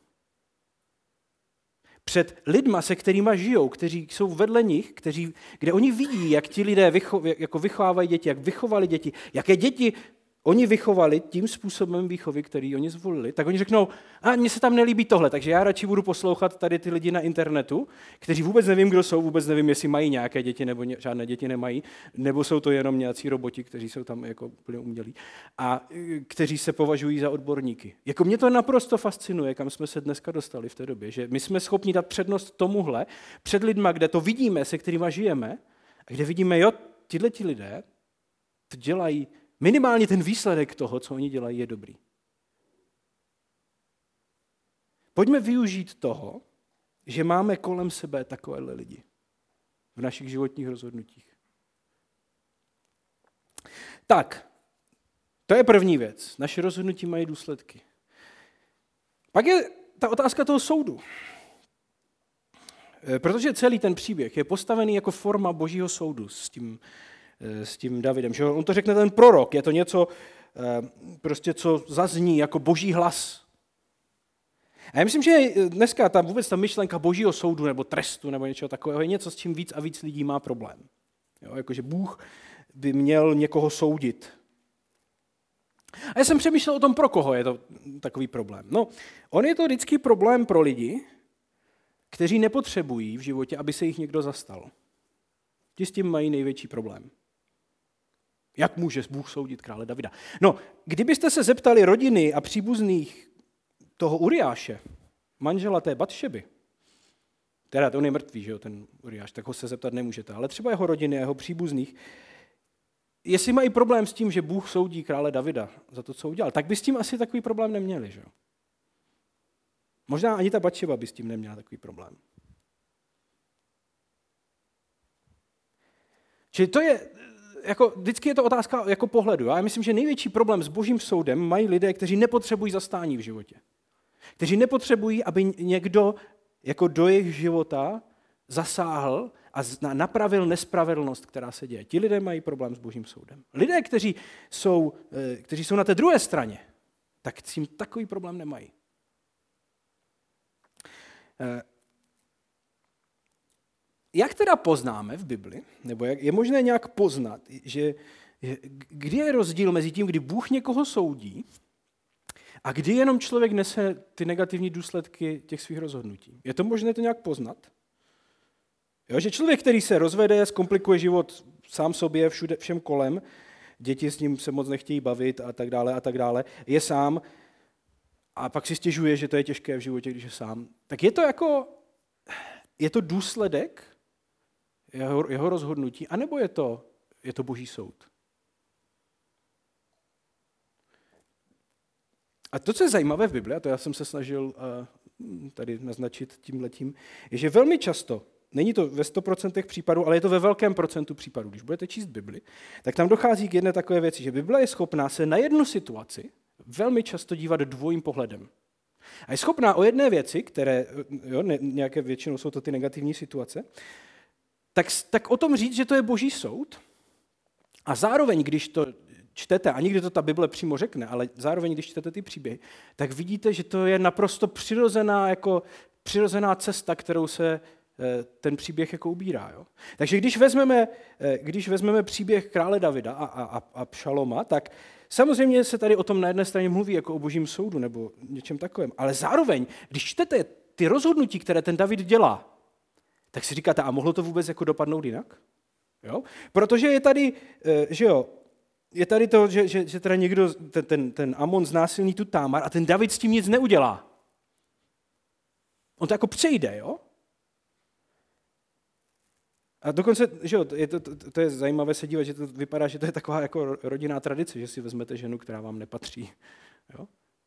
S1: před lidma, se kterýma žijou, kteří jsou vedle nich, kde oni vidí, jak ti lidé vychovávají děti, jak vychovali děti, jaké děti oni vychovali tím způsobem výchovy, který oni zvolili, tak oni řeknou, mně se tam nelíbí tohle, takže já radši budu poslouchat tady ty lidi na internetu, kteří vůbec nevím, kdo jsou, vůbec nevím, jestli mají nějaké děti nebo žádné děti nemají, nebo jsou to jenom nějací roboti, kteří jsou tam jako úplně umělí a kteří se považují za odborníky. Jako mě to naprosto fascinuje, kam jsme se dneska dostali v té době, že my jsme schopni dát přednost tomuhle před lidma, kde to vidíme, se kterýma žijeme, a kde vidíme, jo, ti lidé to dělají. Minimálně ten výsledek toho, co oni dělají, je dobrý. Pojďme využít toho, že máme kolem sebe takovéhle lidi v našich životních rozhodnutích. Tak, to je první věc. Naše rozhodnutí mají důsledky. Pak je ta otázka toho soudu. Protože celý ten příběh je postavený jako forma Božího soudu s tím Davidem. Že on to řekne ten prorok, je to něco, prostě, co zazní jako Boží hlas. A já myslím, že dneska vůbec ta myšlenka Božího soudu nebo trestu nebo něčeho takového je něco, s čím víc a víc lidí má problém. Jo, jakože Bůh by měl někoho soudit. A já jsem přemýšlel o tom, pro koho je to takový problém. No, on je to vždycky problém pro lidi, kteří nepotřebují v životě, aby se jich někdo zastal. Ti s tím mají největší problém. Jak může Bůh soudit krále Davida? No, kdybyste se zeptali rodiny a příbuzných toho Uriáše, manžela té Batšeby, teda on je mrtvý, že jo, ten Uriáš, tak ho se zeptat nemůžete, ale třeba jeho rodiny a jeho příbuzných, jestli mají problém s tím, že Bůh soudí krále Davida za to, co udělal, tak by s tím asi takový problém neměli, že jo? Možná ani ta Batšeba by s tím neměla takový problém. Čili to je, jako, vždycky je to otázka jako pohledu. Já myslím, že největší problém s Božím soudem mají lidé, kteří nepotřebují zastání v životě. Kteří nepotřebují, aby někdo jako do jejich života zasáhl a napravil nespravedlnost, která se děje. Ti lidé mají problém s Božím soudem. Lidé, kteří jsou na té druhé straně, tak s tím takový problém nemají. Jak teda poznáme v Bibli, nebo jak je možné nějak poznat, že kdy je rozdíl mezi tím, kdy Bůh někoho soudí a kdy jenom člověk nese ty negativní důsledky těch svých rozhodnutí? Je to možné to nějak poznat? Jo, že člověk, který se rozvede, zkomplikuje život sám sobě, všem kolem, děti s ním se moc nechtějí bavit a tak dále, je sám a pak si stěžuje, že to je těžké v životě, když je sám. Tak je to důsledek jeho rozhodnutí, anebo je to Boží soud? A to, co je zajímavé v Bibli, a to já jsem se snažil tady naznačit tímhletím, je, že velmi často, není to ve 100% případů, ale je to ve velkém procentu případů, když budete číst Bibli, tak tam dochází k jedné takové věci, že Bible je schopná se na jednu situaci velmi často dívat dvojím pohledem. A je schopná o jedné věci, které, nějaké většinou jsou to ty negativní situace, tak o tom říct, že to je Boží soud. A zároveň, když to čtete, a nikdy to ta Bible přímo řekne, ale zároveň, když čtete ty příběhy, tak vidíte, že to je naprosto přirozená cesta, kterou se ten příběh jako ubírá. Jo? Takže když vezmeme příběh krále Davida a Pšaloma, tak samozřejmě se tady o tom na jedné straně mluví jako o Božím soudu nebo něčem takovém, ale zároveň, když čtete ty rozhodnutí, které ten David dělá, tak si říkáte, a mohlo to vůbec jako dopadnout jinak? Jo? Protože je tady, že jo, je tady to, že teda někdo, ten Amon znásilní tu Támar a ten David s tím nic neudělá. On to jako přejde, jo? A dokonce, že jo, to je zajímavé se dívat, že to vypadá, že to je taková jako rodinná tradice, že si vezmete ženu, která vám nepatří. Jo?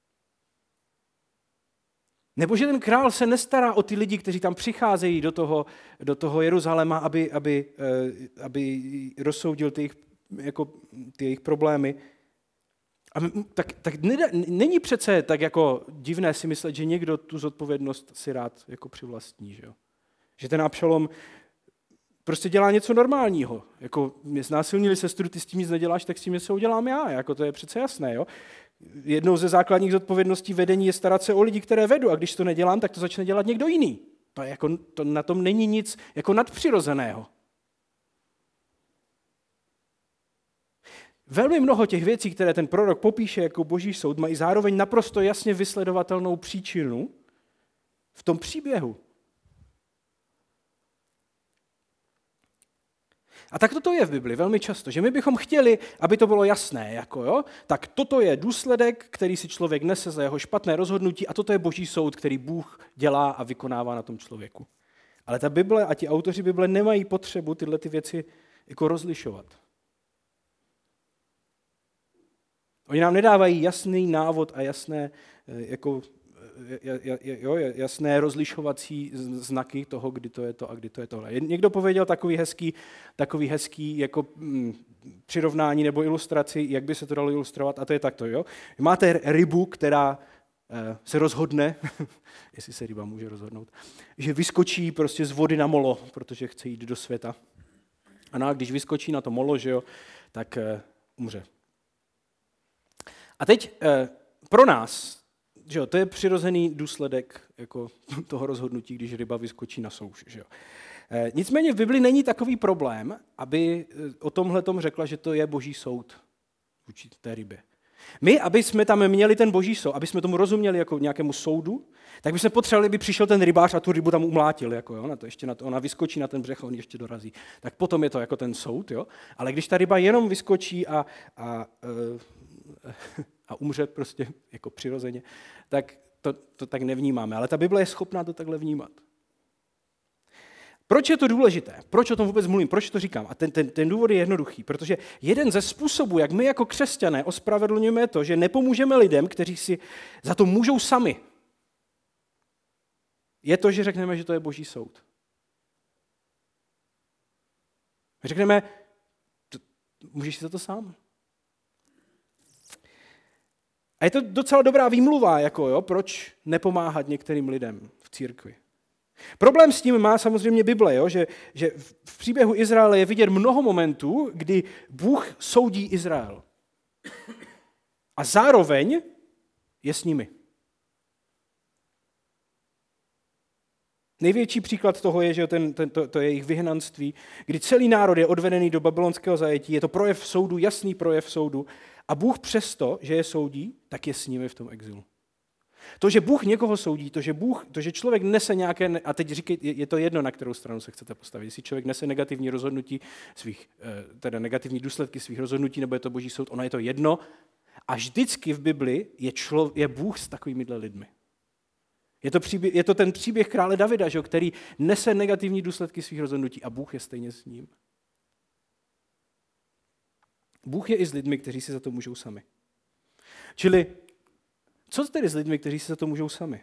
S1: Nebo že ten král se nestará o ty lidi, kteří tam přicházejí do toho Jeruzaléma, aby rozsoudil ty jejich problémy. Tak není přece tak jako divné si myslet, že někdo tu zodpovědnost si rád jako přivlastní. Že jo? Že ten Abšalom prostě dělá něco normálního. Jako mě znásilnili sestru, ty s tím nic neděláš, tak s tím něco udělám já. Jako to je přece jasné. Jo? Jednou ze základních zodpovědností vedení je starat se o lidi, které vedu. A když to nedělám, tak to začne dělat někdo jiný. To na tom není nic jako nadpřirozeného. Velmi mnoho těch věcí, které ten prorok popíše jako boží soud, mají zároveň naprosto jasně vysledovatelnou příčinu v tom příběhu. A tak toto je v Bibli velmi často, že my bychom chtěli, aby to bylo jasné, jako jo, tak toto je důsledek, který si člověk nese za jeho špatné rozhodnutí a toto je boží soud, který Bůh dělá a vykonává na tom člověku. Ale ta Bible a ti autoři Bible nemají potřebu tyhle ty věci jako rozlišovat. Oni nám nedávají jasný návod a jasné rozlišovací znaky toho, kdy to je to a kdy to je tohle. Někdo pověděl takový hezký jako přirovnání nebo ilustraci, jak by se to dalo ilustrovat, a to je takto. Jo? Máte rybu, která se rozhodne, jestli se ryba může rozhodnout, že vyskočí prostě z vody na molo, protože chce jít do světa. A když vyskočí na to molo, že jo, tak umře. A teď pro nás, že jo, to je přirozený důsledek jako toho rozhodnutí, když ryba vyskočí na souš. Že jo. Nicméně v Bibli není takový problém, aby o tomhletom řekla, že to je boží soud vůči té rybě. My, aby jsme tam měli ten boží soud, aby jsme tomu rozuměli jako nějakému soudu, tak bychom potřebovali, aby přišel ten rybář a tu rybu tam umlátil. Jako, jo, ona vyskočí na ten břeh a on ještě dorazí. Tak potom je to jako ten soud. Jo? Ale když ta ryba jenom vyskočí a umře prostě jako přirozeně, tak to tak nevnímáme. Ale ta Bible je schopná to takhle vnímat. Proč je to důležité? Proč o tom vůbec mluvím? Proč to říkám? A ten důvod je jednoduchý, protože jeden ze způsobů, jak my jako křesťané ospravedlňujeme to, že nepomůžeme lidem, kteří si za to můžou sami, je to, že řekneme, že to je boží soud. Řekneme, můžeš si za to sám. A je to docela dobrá výmluva, proč nepomáhat některým lidem v církvi. Problém s tím má samozřejmě Bible, jo? Že v příběhu Izraele je vidět mnoho momentů, kdy Bůh soudí Izrael. A zároveň je s nimi. Největší příklad toho je, že to je jejich vyhnanství, kdy celý národ je odvedený do babylonského zajetí, je to projev soudu, jasný projev soudu, a Bůh přesto, že je soudí, tak je s nimi v tom exilu. To, že Bůh někoho soudí, to, že člověk nese nějaké, a teď říkej, je to jedno, na kterou stranu se chcete postavit, jestli člověk nese negativní rozhodnutí teda negativní důsledky svých rozhodnutí, nebo je to boží soud, ono je to jedno. A vždycky v Bibli je Bůh s takovýmihle lidmi. Je to ten příběh krále Davida, že, který nese negativní důsledky svých rozhodnutí a Bůh je stejně s ním. Bůh je i s lidmi, kteří si za to můžou sami. Čili, co tedy s lidmi, kteří si za to můžou sami?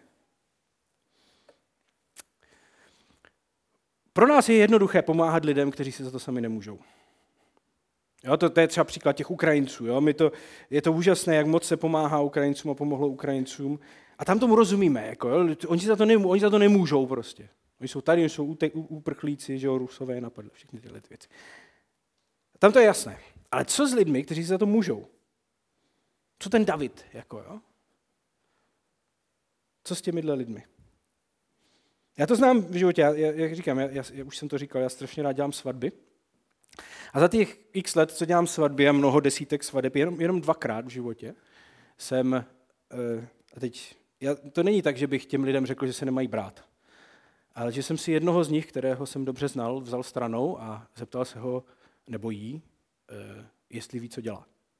S1: Pro nás je jednoduché pomáhat lidem, kteří si za to sami nemůžou. Jo, to je třeba příklad těch Ukrajinců. Jo? Je to úžasné, jak moc se pomáhá Ukrajincům a pomohlo Ukrajincům. A tam tomu rozumíme. Jako, jo? Oni za to nemůžou prostě. Oni jsou tady, oni jsou uprchlíci, že jo, Rusové je napadli, všechny tyhle věci. Tam to je jasné. Ale co s lidmi, kteří si za to můžou? Co ten David? Jako, jo? Co s těmihle lidmi? Já to znám v životě, jak říkám, já už jsem to říkal, já strašně rád dělám svatby. A za těch x let, co dělám svatby a mnoho desítek svadeb, jenom 2krát v životě jsem, a teď, to není tak, že bych těm lidem řekl, že se nemají brát, ale že jsem si jednoho z nich, kterého jsem dobře znal, vzal stranou a zeptal se ho, nebo jí, jestli ví, co dělá.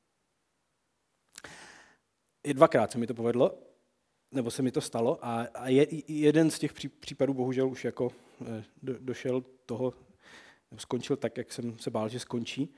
S1: dvakrát se mi to povedlo, nebo se mi to stalo a jeden z těch případů bohužel už jako došel toho, skončil tak, jak jsem se bál, že skončí.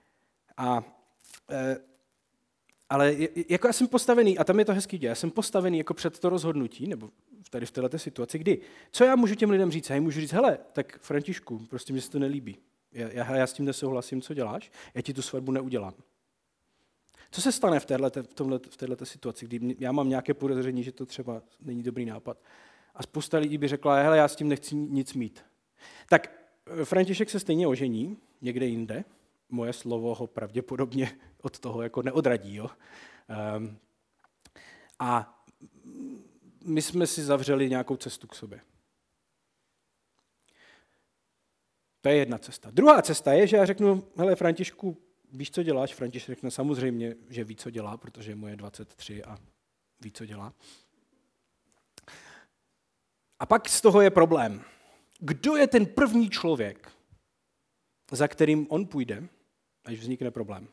S1: Ale jako já jsem postavený, a tam je to hezký děj, já jsem postavený jako před to rozhodnutí, nebo tady v této situaci, kdy, co já můžu těm lidem říct? Já jim můžu říct, hele, tak Františku, prostě mi se to nelíbí. Já s tím nesouhlasím, co děláš, já ti tu svatbu neudělám. Co se stane v této situaci, kdy já mám nějaké podezření, že to třeba není dobrý nápad? A spousta lidí by řekla, hele, já s tím nechci nic mít. Tak František se stejně ožení, někde jinde, moje slovo ho pravděpodobně od toho jako neodradí. Jo? A my jsme si zavřeli nějakou cestu k sobě. To je jedna cesta. Druhá cesta je, že já řeknu, hele Františku, víš, co děláš? František řekne samozřejmě, že ví, co dělá, protože mu je 23 a ví, co dělá. A pak z toho je problém. Kdo je ten první člověk, za kterým on půjde, až vznikne problém?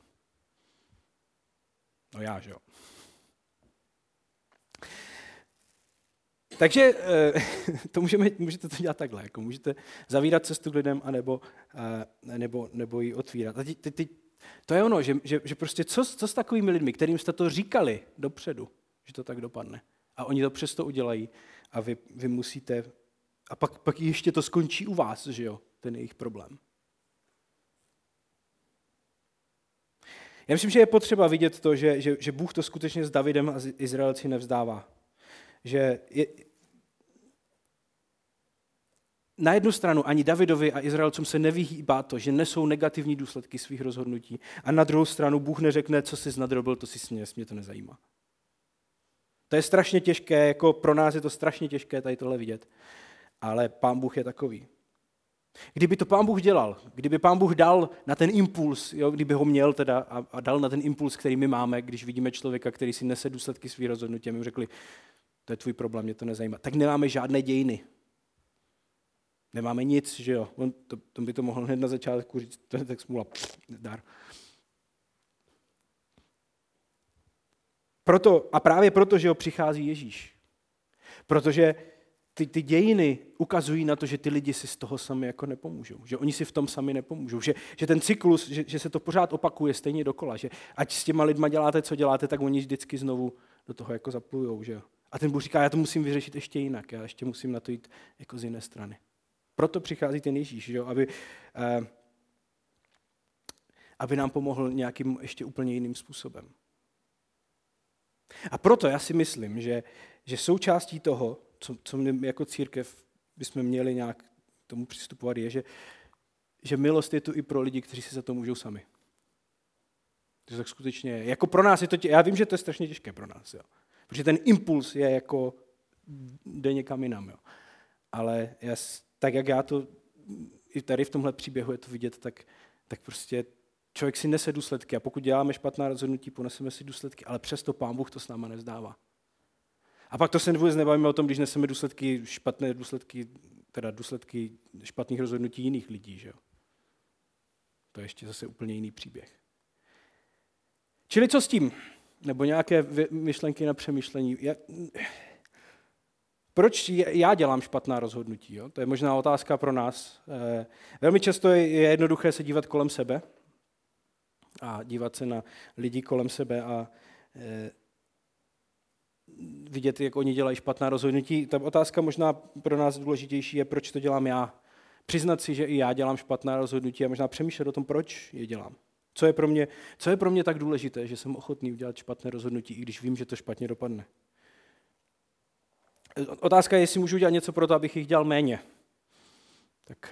S1: No já, že jo. Takže to můžete to dělat takhle, jako můžete zavírat cestu k lidem, nebo ji otvírat. A to je ono, že prostě co s takovými lidmi, kterým jste to říkali dopředu, že to tak dopadne. A oni to přesto udělají a vy musíte, a pak ještě to skončí u vás, že jo, ten jejich problém. Já myslím, že je potřeba vidět to, že Bůh to skutečně s Davidem a s Izraelci nevzdává. Že na jednu stranu ani Davidovi a Izraelcům se nevyhýbá to, že nesou negativní důsledky svých rozhodnutí, a na druhou stranu Bůh neřekne, co jsi nadrobil, to si sněz, mě to nezajímá. To je strašně těžké, jako pro nás je to strašně těžké tady tohle vidět, ale Pán Bůh je takový. Kdyby to Pán Bůh dělal, kdyby Pán Bůh dal na ten impuls, jo, kdyby ho měl teda a dal na ten impuls, který my máme, když vidíme člověka, který si nese důsledky svých rozhodnutí, a my mu řekli, to je tvůj problém, mě to nezajímá, tak nemáme žádné dějiny. Nemáme nic, že jo. To by to mohl hned na začátku říct, to je tak smůla, dar. Právě proto, že ho přichází Ježíš. Protože ty dějiny ukazují na to, že ty lidi si z toho sami jako nepomůžou. Že oni si v tom sami nepomůžou. Že ten cyklus, že se to pořád opakuje stejně dokola. Že ať s těma lidma děláte, co děláte, tak oni vždycky znovu do toho jako zaplujou. Že jo. A ten Bůh říká, já to musím vyřešit ještě jinak. Já ještě musím na to jít jako z jiné strany. Proto přichází ten Ježíš, že jo, aby nám pomohl nějakým ještě úplně jiným způsobem. A proto já si myslím, že součástí toho, co my jako církev bychom měli nějak tomu přistupovat, je, že milost je tu i pro lidi, kteří si za to můžou sami. To tak skutečně je. Jako pro nás je to já vím, že to je strašně těžké pro nás, jo. Protože ten impuls je jako jde někam jinam, jo. Ale tak jak já to i tady v tomhle příběhu je to vidět, tak prostě člověk si nese důsledky a pokud děláme špatná rozhodnutí, poneseme si důsledky, ale přesto Pán Bůh to s náma nevzdává. A pak to se vůbec nebavíme o tom, když neseme důsledky špatných rozhodnutí jiných lidí, že jo. To je ještě zase úplně jiný příběh. Čili co s tím? Nebo nějaké myšlenky na přemýšlení. Proč já dělám špatná rozhodnutí? Jo? To je možná otázka pro nás. Velmi často je jednoduché se dívat kolem sebe a dívat se na lidi kolem sebe a vidět, jak oni dělají špatná rozhodnutí. Ta otázka možná pro nás důležitější je, proč to dělám já. Přiznat si, že i já dělám špatná rozhodnutí a možná přemýšlet o tom, proč je dělám. Co je pro mě tak důležité, že jsem ochotný udělat špatné rozhodnutí, i když vím, že to špatně dopadne. Otázka je, jestli můžu udělat něco pro to, abych jich dělal méně. Tak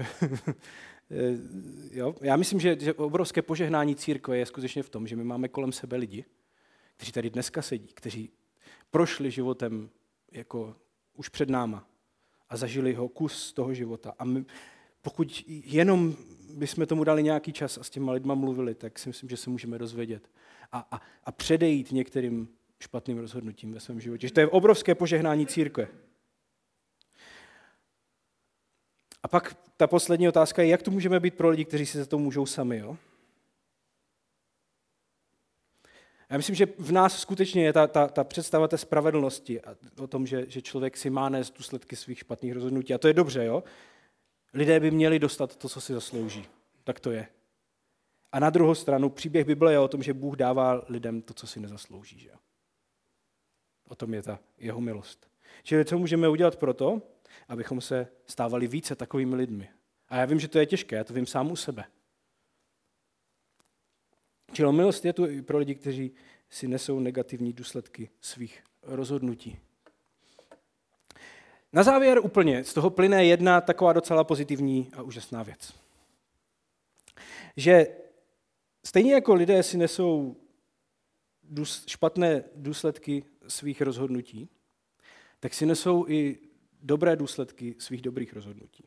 S1: jo, já myslím, že obrovské požehnání církve je skutečně v tom, že my máme kolem sebe lidi, kteří tady dneska sedí, kteří prošli životem jako už před náma a zažili ho kus toho života. A my, pokud jenom bychom tomu dali nějaký čas a s těma lidma mluvili, tak si myslím, že se můžeme dozvědět a předejít některým špatným rozhodnutím ve svém životě. Že to je obrovské požehnání církve. A pak ta poslední otázka je, jak to můžeme být pro lidi, kteří si za to můžou sami. Jo? Já myslím, že v nás skutečně je ta představa té spravedlnosti a o tom, že člověk si má nést důsledky svých špatných rozhodnutí. A to je dobře, jo? Lidé by měli dostat to, co si zaslouží. Tak to je. A na druhou stranu příběh Bible je o tom, že Bůh dává lidem to, co si nezaslouží. Že? O tom je ta jeho milost. Čili co můžeme udělat pro to, abychom se stávali více takovými lidmi. A já vím, že to je těžké, já to vím sám u sebe. Čili milost je tu i pro lidi, kteří si nesou negativní důsledky svých rozhodnutí. Na závěr úplně z toho plyne jedna taková docela pozitivní a úžasná věc. Že stejně jako lidé si nesou špatné důsledky svých rozhodnutí, tak si nesou i dobré důsledky svých dobrých rozhodnutí.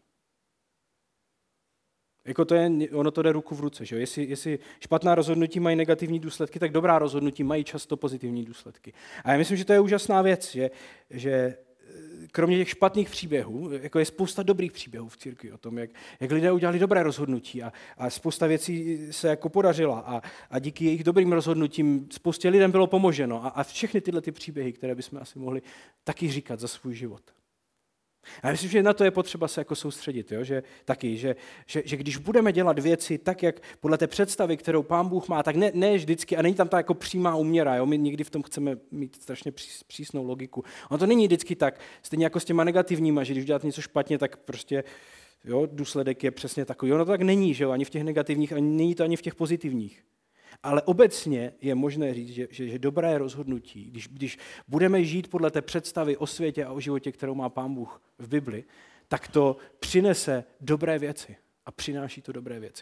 S1: Jako ono to jde ruku v ruce. Že? Jestli špatná rozhodnutí mají negativní důsledky, tak dobrá rozhodnutí mají často pozitivní důsledky. A já myslím, že to je úžasná věc, že kromě těch špatných příběhů, jako je spousta dobrých příběhů v církvi o tom, jak lidé udělali dobré rozhodnutí a spousta věcí se jako podařila a díky jejich dobrým rozhodnutím spoustě lidem bylo pomoženo a všechny tyhle ty příběhy, které bychom asi mohli taky říkat za svůj život. A já myslím, že na to je potřeba se jako soustředit, jo? Že když budeme dělat věci tak, jak podle té představy, kterou Pán Bůh má, tak ne vždycky, a není tam ta jako přímá úměra, jo? My někdy v tom chceme mít strašně přísnou logiku. Ono to není vždycky tak, stejně jako s těma negativníma, že když děláte něco špatně, tak prostě jo, důsledek je přesně takový. Ono to tak není, že jo? Ani v těch negativních, ani není to ani v těch pozitivních. Ale obecně je možné říct, že dobré rozhodnutí, když budeme žít podle té představy o světě a o životě, kterou má Pán Bůh v Bibli, tak to přinese dobré věci a přináší to dobré věci.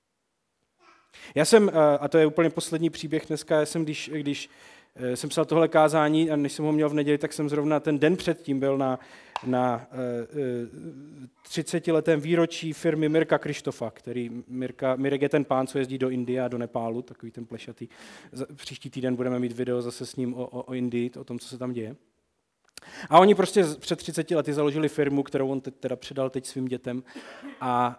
S1: Já jsem, a to je úplně poslední příběh dneska, když jsem psal tohle kázání a než jsem ho měl v neděli, tak jsem zrovna ten den předtím byl na 30letém výročí firmy Mirka Krištofa, Mirek je ten pán, co jezdí do Indie a do Nepálu, takový ten plešatý. Příští týden budeme mít video zase s ním o Indii, o tom, co se tam děje. A oni prostě před 30 lety založili firmu, kterou on teda předal teď svým dětem a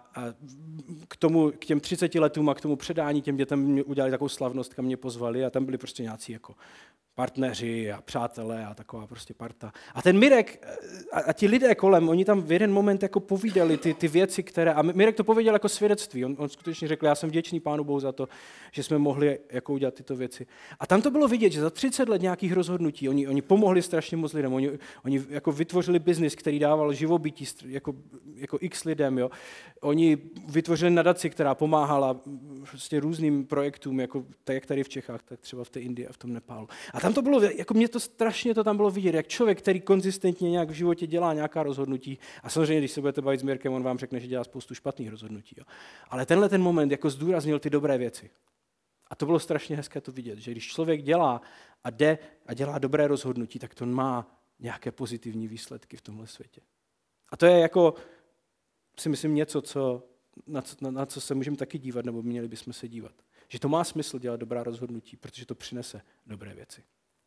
S1: k těm 30 letům a k tomu předání těm dětem udělali takovou slavnost, kam mě pozvali a tam byli prostě nějací jako partneři a přátelé a taková prostě parta. A ten Mirek a ti lidé kolem, oni tam v jeden moment jako povídali ty věci, které... A Mirek to pověděl jako svědectví. On skutečně řekl, já jsem vděčný Pánu Bohu za to, že jsme mohli jako udělat tyto věci. A tam to bylo vidět, že za 30 let nějakých rozhodnutí oni pomohli strašně moc lidem. Oni jako vytvořili biznis, který dával živobytí jako x lidem. Jo. Oni vytvořili nadaci, která pomáhala prostě různým projektům, jako tak jak tady v Čechách, tak třeba v té Indii a v tom Nepálu. A tam to bylo, jako mě to strašně to tam bylo vidět, jak člověk, který konzistentně nějak v životě dělá nějaká rozhodnutí, a samozřejmě, když se budete bavit s Mirkem, on vám řekne, že dělá spoustu špatných rozhodnutí. Jo. Ale tenhle ten moment jako zdůraznil ty dobré věci. A to bylo strašně hezké to vidět, že když člověk dělá a jde a dělá dobré rozhodnutí, tak to má nějaké pozitivní výsledky v tomhle světě. A to je jako, si myslím, něco, na co se můžeme taky dívat, nebo měli bychom se dívat. Že to má smysl dělat dobrá rozhodnutí, protože to přinese dobré věci.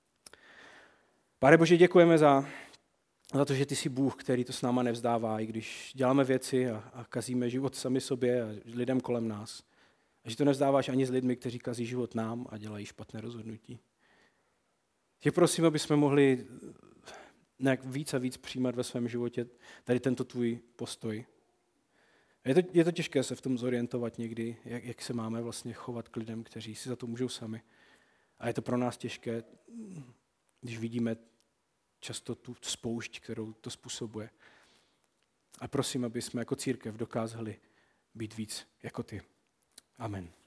S1: Pane Bože, děkujeme za to, že ty jsi Bůh, který to s náma nevzdává, i když děláme věci a kazíme život sami sobě a lidem kolem nás. A že to nevzdáváš ani s lidmi, kteří kazí život nám a dělají špatné rozhodnutí. Tě prosím, aby jsme mohli nějak víc a víc přijímat ve svém životě tady tento tvůj postoj. Je to těžké se v tom zorientovat někdy, jak se máme vlastně chovat k lidem, kteří si za to můžou sami. A je to pro nás těžké, když vidíme často tu spoušť, kterou to způsobuje. A prosím, aby jsme jako církev dokázali být víc jako ty. Amen.